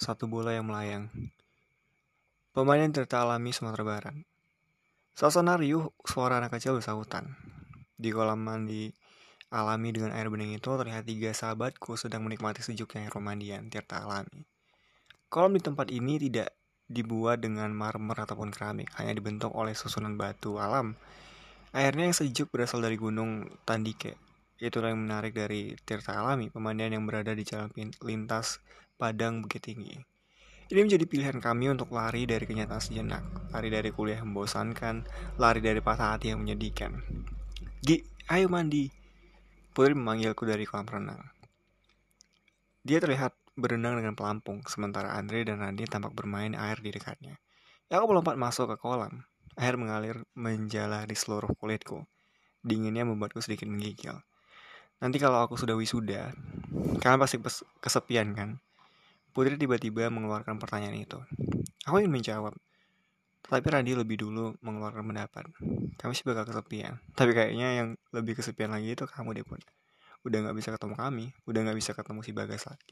satu bola yang melayang. Permainan cerita alami Sumatera Barat. Suasana riuh, suara anak kecil bersahutan. Di kolam mandi alami dengan air bening itu terlihat tiga sahabatku sedang menikmati sejuknya air pemandian tirta alami. Kolam di tempat ini tidak dibuat dengan marmer ataupun keramik, hanya dibentuk oleh susunan batu alam. Airnya yang sejuk berasal dari gunung Tandike. Itulah yang menarik dari tirta alami, pemandian yang berada di jalan lintas Padang Bukit Tinggi. Ini menjadi pilihan kami untuk lari dari kenyataan sejenak, lari dari kuliah yang membosankan, lari dari patah hati yang menyedihkan. Gi, ayo mandi. Putri memanggilku dari kolam renang. Dia terlihat berenang dengan pelampung, sementara Andre dan Randy tampak bermain air di dekatnya. Aku melompat masuk ke kolam. Air mengalir menjala di seluruh kulitku. Dinginnya membuatku sedikit menggigil. Nanti kalau aku sudah wisuda, kalian pasti kesepian kan? Putri tiba-tiba mengeluarkan pertanyaan itu. Aku ingin menjawab, tapi Randy lebih dulu mengeluarkan pendapat. Kami sih bakal kesepian, tapi kayaknya yang lebih kesepian lagi itu kamu deh, Pun. Udah gak bisa ketemu kami, udah gak bisa ketemu si Bagas lagi.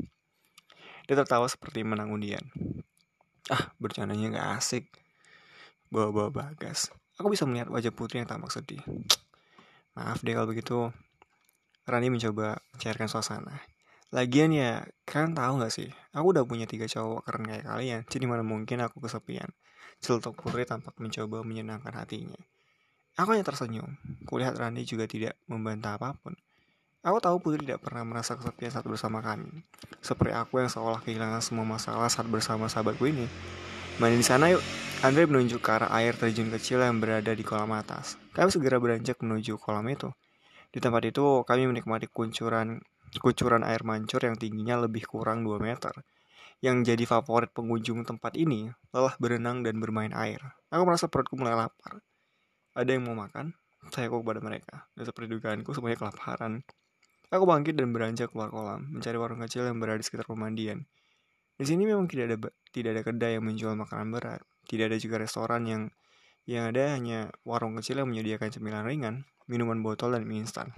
Dia tertawa seperti menang undian. Bercandanya gak asik. Bawa-bawa Bagas. Aku bisa melihat wajah Putri yang tampak sedih. Maaf deh kalau begitu. Randy mencoba mencairkan suasana. Lagian ya, kalian tahu gak sih, aku udah punya 3 cowok keren kayak kalian, jadi mana mungkin aku kesepian. Celutuk Putri tampak mencoba menyenangkan hatinya. Aku hanya tersenyum. Kulihat Randy juga tidak membantah apapun. Aku tahu Putri tidak pernah merasa kesepian saat bersama kami. Seperti aku yang seolah kehilangan semua masalah saat bersama sahabatku ini. Mandi di sana yuk. Andre menunjuk ke arah air terjun kecil yang berada di kolam atas. Kami segera beranjak menuju kolam itu. Di tempat itu kami menikmati kucuran air mancur yang tingginya lebih kurang 2 meter. Yang jadi favorit pengunjung tempat ini lelah berenang dan bermain air. Aku merasa perutku mulai lapar. Ada yang mau makan? Sayaku kepada mereka. Dan seperti dugaanku semuanya kelaparan. Aku bangkit dan beranjak keluar kolam, mencari warung kecil yang berada di sekitar pemandian. Di sini memang tidak ada kedai yang menjual makanan berat. Tidak ada juga restoran yang ada hanya warung kecil yang menyediakan cemilan ringan, minuman botol dan mie instan.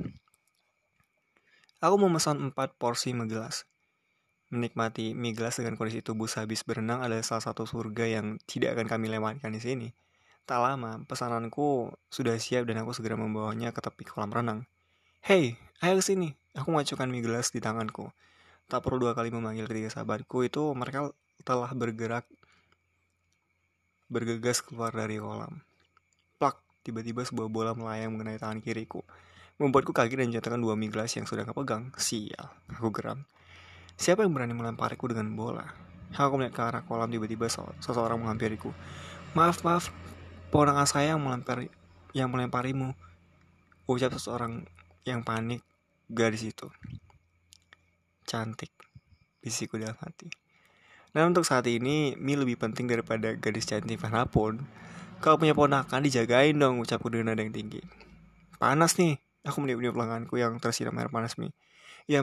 Aku memesan 4 porsi mie gelas. Menikmati mie gelas dengan kondisi tubuh sehabis berenang adalah salah satu surga yang tidak akan kami lewatkan di sini. Tak lama, pesananku sudah siap dan aku segera membawanya ke tepi kolam renang. Hei, ayo kesini. Aku mengacukan mie gelas di tanganku. Tak perlu 2 kali memanggil ketiga sahabatku itu, mereka telah bergegas keluar dari kolam. Plak, tiba-tiba sebuah bola melayang mengenai tangan kiriku. Membuatku kaget dan jatuhkan 2 mie gelas yang sudah aku pegang. Sial, aku geram. Siapa yang berani melempariku dengan bola? Aku melihat ke arah kolam, tiba-tiba seseorang menghampiriku. Maaf, ponakan saya yang melemparimu. Ucap seseorang yang panik gadis itu. Cantik, bisiku dalam hati. Dan untuk saat ini, mie lebih penting daripada gadis cantik manapun. Kalau punya ponakan, dijagain dong, ucapku dengan nada yang tinggi. Panas nih, aku meniup-niup lenganku yang tersiram air panas mie. Iya,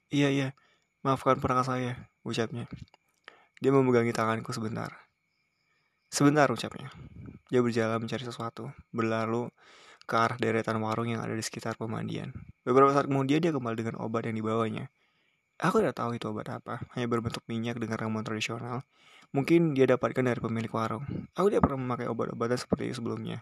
maafkan ponakan saya, ucapnya. Dia memegangi tanganku sebentar. Sebentar, ucapnya. Dia berjalan mencari sesuatu, berlalu ke arah deretan warung yang ada di sekitar pemandian. Beberapa saat kemudian dia kembali dengan obat yang dibawanya. Aku tidak tahu itu obat apa, hanya berbentuk minyak dengan ramuan tradisional. Mungkin dia dapatkan dari pemilik warung. Aku tidak pernah memakai obat-obatan seperti itu sebelumnya.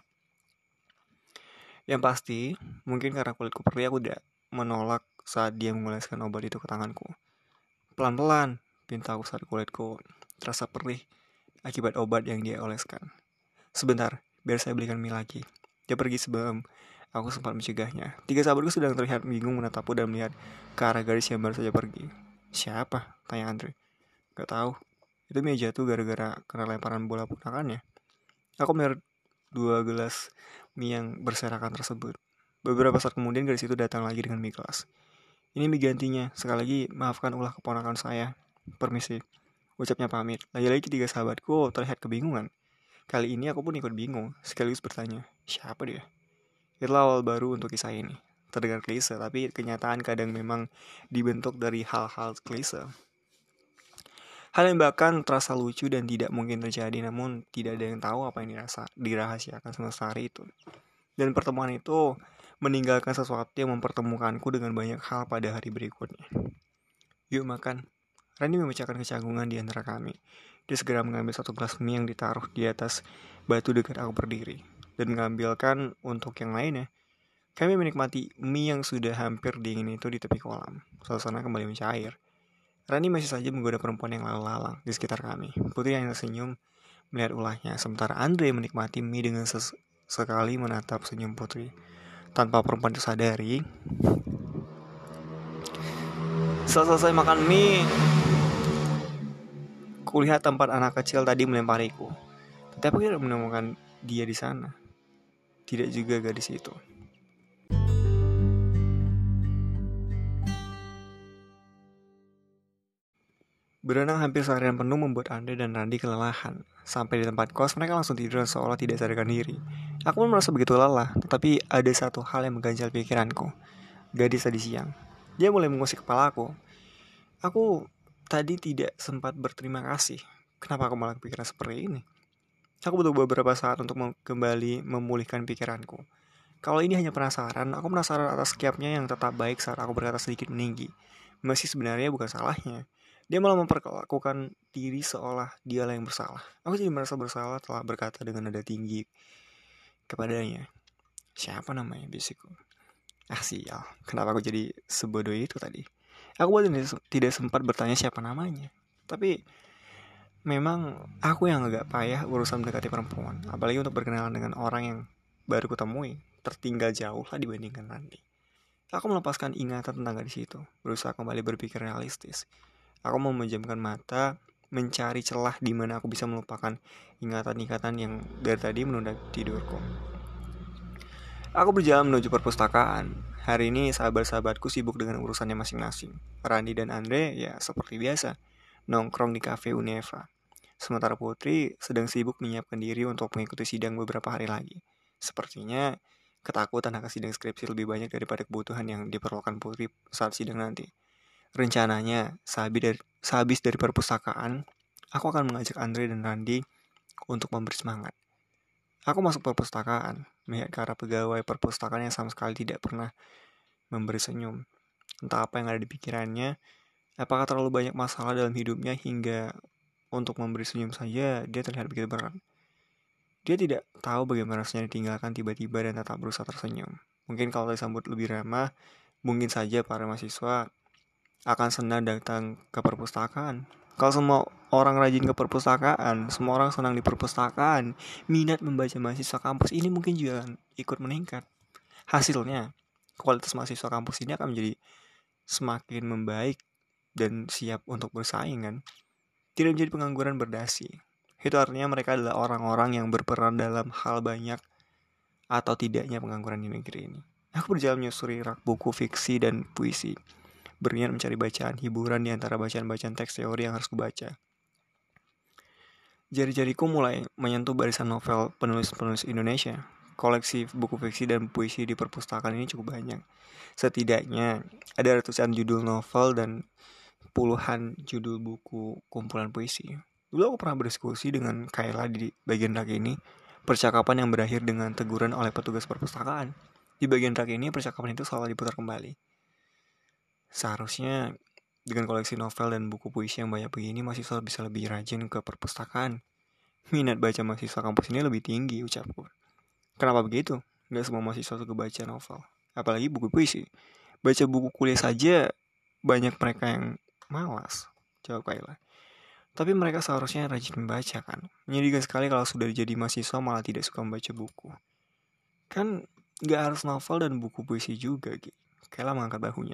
Yang pasti, mungkin karena kulitku perih, aku tidak menolak saat dia mengoleskan obat itu ke tanganku. Pelan-pelan, pinta aku saat kulitku terasa perih akibat obat yang dia oleskan. Sebentar, biar saya belikan mie lagi. Dia pergi sebelum aku sempat mencegahnya. 3 sahabatku sedang terlihat bingung menatapku dan melihat ke arah gadis yang baru saja pergi. Siapa? Tanya Andre. Gak tahu. Itu mie jatuh gara-gara kena lemparan bola ponakannya. Aku melihat 2 gelas mie yang berserakan tersebut. Beberapa saat kemudian gadis itu datang lagi dengan mie gelas. Ini mie gantinya. Sekali lagi maafkan ulah keponakan saya. Permisi, ucapnya pamit. Lagi-lagi 3 sahabatku terlihat kebingungan. Kali ini aku pun ikut bingung, sekaligus bertanya, siapa dia? Itulah awal baru untuk kisah ini. Terdengar klise, tapi kenyataan kadang memang dibentuk dari hal-hal klise. Hal yang bahkan terasa lucu dan tidak mungkin terjadi, namun tidak ada yang tahu apa yang dirahasiakan semesta hari itu. Dan pertemuan itu meninggalkan sesuatu yang mempertemukanku dengan banyak hal pada hari berikutnya. Yuk makan. Randy memecahkan kecanggungan di antara kami. Dia segera mengambil satu gelas mie yang ditaruh di atas batu dekat aku berdiri, dan mengambilkan untuk yang lainnya. Kami menikmati mie yang sudah hampir dingin itu di tepi kolam. Suasana kembali mencair. Rani masih saja menggoda perempuan yang lalu-lalang di sekitar kami. Putri yang tersenyum melihat ulahnya, sementara Andre menikmati mie dengan sekali menatap senyum Putri. Tanpa perempuan itu sadari, setelah selesai makan mie, kulihat tempat anak kecil tadi melempariku. Tetapi aku tidak menemukan dia di sana. Tidak juga gadis itu. Berenang hampir seharian penuh membuat Andre dan Randy kelelahan. Sampai di tempat kos, mereka langsung tidur seolah tidak sadarkan diri. Aku pun merasa begitu lelah, tetapi ada satu hal yang mengganjal pikiranku. Gadis tadi siang. Dia mulai mengusik kepalaku. Aku tadi tidak sempat berterima kasih. Kenapa aku malah kepikiran seperti ini? Aku butuh beberapa saat untuk kembali memulihkan pikiranku. Kalau ini hanya penasaran, aku penasaran atas sikapnya yang tetap baik saat aku berkata sedikit meninggi. Meski sebenarnya bukan salahnya. Dia malah memperlakukan diri seolah dialah yang bersalah. Aku jadi merasa bersalah telah berkata dengan nada tinggi kepadanya. Siapa namanya, bisikku? Sial, kenapa aku jadi sebodoh itu tadi? Aku tidak sempat bertanya siapa namanya. Tapi memang aku yang agak payah urusan mendekati perempuan. Apalagi untuk berkenalan dengan orang yang baru kutemui. Tertinggal jauh lah dibandingkan nanti. Aku melepaskan ingatan tentang gadis itu. Berusaha kembali berpikir realistis. Aku memejamkan mata, mencari celah di mana aku bisa melupakan ingatan-ingatan yang dari tadi menunda tidurku. Aku berjalan menuju perpustakaan. Hari ini sahabat-sahabatku sibuk dengan urusannya masing-masing. Randy dan Andre ya seperti biasa, nongkrong di kafe Uneva. Sementara Putri sedang sibuk menyiapkan diri untuk mengikuti sidang beberapa hari lagi. Sepertinya ketakutan akan sidang skripsi lebih banyak daripada kebutuhan yang diperlukan Putri saat sidang nanti. Rencananya, sehabis dari perpustakaan, aku akan mengajak Andre dan Randy untuk memberi semangat. Aku masuk perpustakaan, melihat ke arah pegawai perpustakaan yang sama sekali tidak pernah memberi senyum. Entah apa yang ada di pikirannya, apakah terlalu banyak masalah dalam hidupnya hingga untuk memberi senyum saja dia terlihat begitu berat. Dia tidak tahu bagaimana rasanya ditinggalkan tiba-tiba dan tetap berusaha tersenyum. Mungkin kalau disambut lebih ramah, mungkin saja para mahasiswa akan senang datang ke perpustakaan. Kalau semua orang rajin ke perpustakaan, semua orang senang di perpustakaan, minat membaca mahasiswa kampus ini mungkin juga ikut meningkat. Hasilnya, kualitas mahasiswa kampus ini akan menjadi semakin membaik dan siap untuk bersaing kan. Tidak menjadi pengangguran berdasi. Itu artinya mereka adalah orang-orang yang berperan dalam hal banyak atau tidaknya pengangguran di negeri ini. Aku berjalan menyusuri rak buku fiksi dan puisi, berniat mencari bacaan hiburan di antara bacaan-bacaan teks teori yang harus kubaca. Jari-jariku mulai menyentuh barisan novel penulis-penulis Indonesia. Koleksi buku fiksi dan puisi di perpustakaan ini cukup banyak. Setidaknya ada ratusan judul novel dan puluhan judul buku kumpulan puisi. Dulu aku pernah berdiskusi dengan Kayla di bagian rak ini. Percakapan yang berakhir dengan teguran oleh petugas perpustakaan. Di bagian rak ini percakapan itu selalu diputar kembali. Seharusnya dengan koleksi novel dan buku puisi yang banyak begini, mahasiswa bisa lebih rajin ke perpustakaan. Minat baca mahasiswa kampus ini lebih tinggi, ucapku. Kenapa begitu? Gak semua mahasiswa suka baca novel, apalagi buku puisi. Baca buku kuliah saja banyak mereka yang malas, jawab Kayla. Tapi mereka seharusnya rajin membaca kan. Menyedihkan sekali kalau sudah jadi mahasiswa malah tidak suka membaca buku. Kan gak harus novel dan buku puisi juga, gitu. Kayla mengangkat bahunya.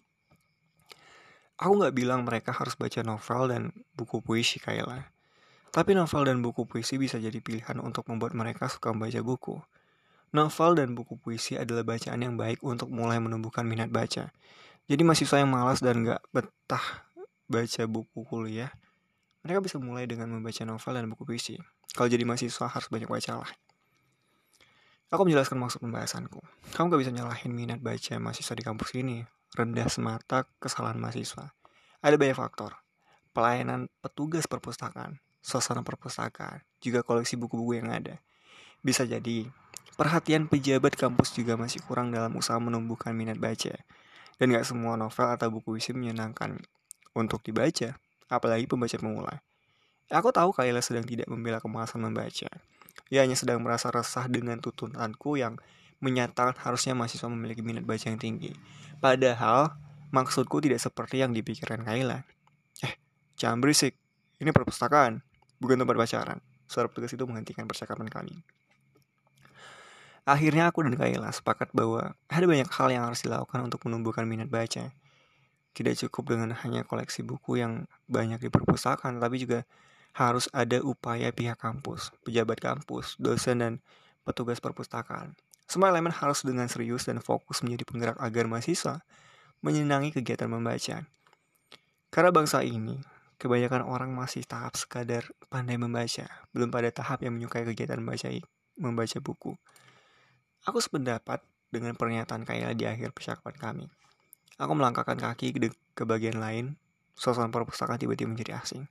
Aku gak bilang mereka harus baca novel dan buku puisi, Kayla. Tapi novel dan buku puisi bisa jadi pilihan untuk membuat mereka suka membaca buku. Novel dan buku puisi adalah bacaan yang baik untuk mulai menumbuhkan minat baca. Jadi mahasiswa yang malas dan gak betah baca buku kuliah, mereka bisa mulai dengan membaca novel dan buku puisi. Kalau jadi mahasiswa harus banyak baca lah. Aku menjelaskan maksud pembahasanku. Kamu gak bisa nyalahin minat baca mahasiswa di kampus ini. Rendah semata kesalahan mahasiswa. Ada banyak faktor. Pelayanan petugas perpustakaan, suasana perpustakaan, juga koleksi buku-buku yang ada. Bisa jadi perhatian pejabat kampus juga masih kurang dalam usaha menumbuhkan minat baca. Dan gak semua novel atau buku puisi menyenangkan untuk dibaca. apalagi pembaca pemula. Aku tahu Kayla sedang tidak membela kemalasan membaca. Ia hanya sedang merasa resah dengan tuntutanku yang menyatakan harusnya mahasiswa memiliki minat baca yang tinggi. Padahal, maksudku tidak seperti yang dipikirkan Kayla. Jangan berisik, ini perpustakaan, bukan tempat pacaran. Suara petugas itu menghentikan percakapan kami. Akhirnya aku dan Kayla sepakat bahwa ada banyak hal yang harus dilakukan untuk menumbuhkan minat baca. Tidak cukup dengan hanya koleksi buku yang banyak di perpustakaan, tapi juga harus ada upaya pihak kampus, pejabat kampus, dosen, dan petugas perpustakaan. Semua elemen harus dengan serius dan fokus menjadi penggerak agar mahasiswa menyenangi kegiatan membaca. Karena bangsa ini, kebanyakan orang masih tahap sekadar pandai membaca, belum pada tahap yang menyukai kegiatan membaca buku. Aku sependapat dengan pernyataan Kayla di akhir percakapan kami. Aku melangkahkan kaki ke bagian lain, suasana perpustakaan tiba-tiba menjadi asing.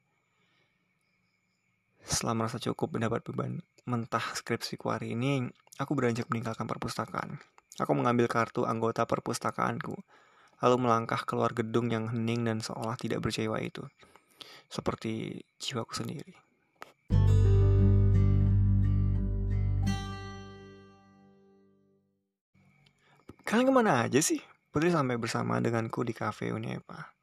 Setelah merasa cukup mendapat beban mentah skripsiku hari ini, aku beranjak meninggalkan perpustakaan. Aku mengambil kartu anggota perpustakaanku, lalu melangkah keluar gedung yang hening dan seolah tidak berjiwa itu, seperti jiwaku sendiri. Kalian kemana aja sih? Putri sampai bersama denganku di kafe Unepa.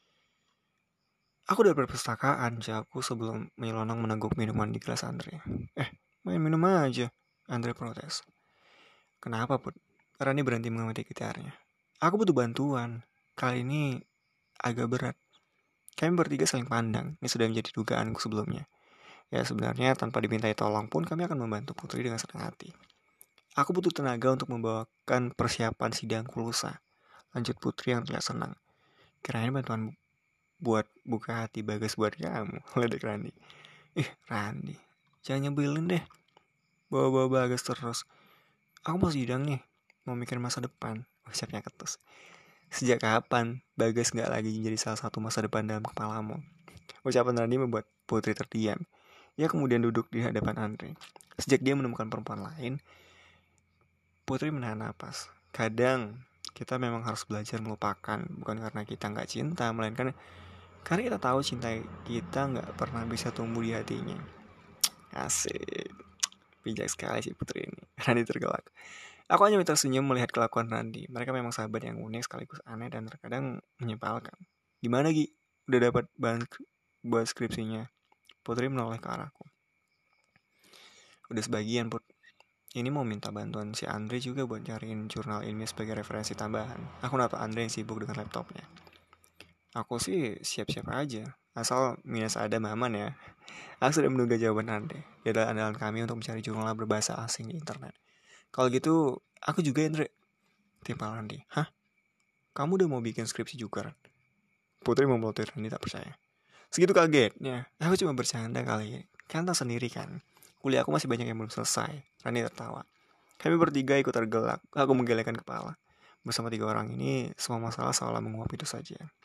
Aku dari perpustakaan, jawabku sebelum menyelonong meneguk minuman di gelas Andre. Main minum aja, Andre protes. Kenapa, Put? Rani berhenti mengamati gitarnya. Aku butuh bantuan. Kali ini agak berat. Kami bertiga saling pandang. Ini sudah menjadi dugaanku sebelumnya. Ya sebenarnya tanpa dimintai tolong pun kami akan membantu Putri dengan senang hati. Aku butuh tenaga untuk membawakan persiapan sidangku lusa. Lanjut Putri yang terlihat senang. Kirain bantuan buat buka hati Bagas buat kamu. Ledek Randi. Randi, jangan nyebelin deh. Bawa-bawa Bagas terus. Aku mau sidang nih. Mau mikir masa depan. Ucapnya ketus. Sejak kapan Bagas gak lagi menjadi salah satu masa depan dalam kepalamu? Ucapan Randi membuat Putri terdiam. Ia kemudian duduk di hadapan Andre. Sejak dia menemukan perempuan lain, Putri menahan napas. Kadang kita memang harus belajar melupakan. Bukan karena kita gak cinta, melainkan karena kita tahu cinta kita gak pernah bisa tumbuh di hatinya. Asik. Bijak sekali sih Putri ini. Randi tergelak. Aku hanya tersenyum melihat kelakuan Randi. Mereka memang sahabat yang unik sekaligus aneh dan terkadang menyebalkan. Gimana Gi? Udah dapat bahan buat skripsinya? Putri menoleh ke arahku. Udah sebagian, Put. Ini mau minta bantuan si Andre juga buat cariin jurnal ilmiah sebagai referensi tambahan. Aku nato Andre yang sibuk dengan laptopnya. Aku sih siap-siap aja. Asal minus Adam aman ya. Aku sudah menduga jawaban Andre. Dia adalah andalan kami untuk mencari jurnal berbahasa asing di internet. Kalau gitu, aku juga Andre. Timpal Randi. Hah? Kamu udah mau bikin skripsi juga, Ran? Putri memelotir Randi tak percaya. Segitu kagetnya. Aku cuma bercanda kali. Kan tahu sendiri kan. Kuliah aku masih banyak yang belum selesai. Randi tertawa. Kami bertiga ikut tergelak. Aku menggelengkan kepala. Bersama 3 orang ini, semua masalah seolah menguap itu saja.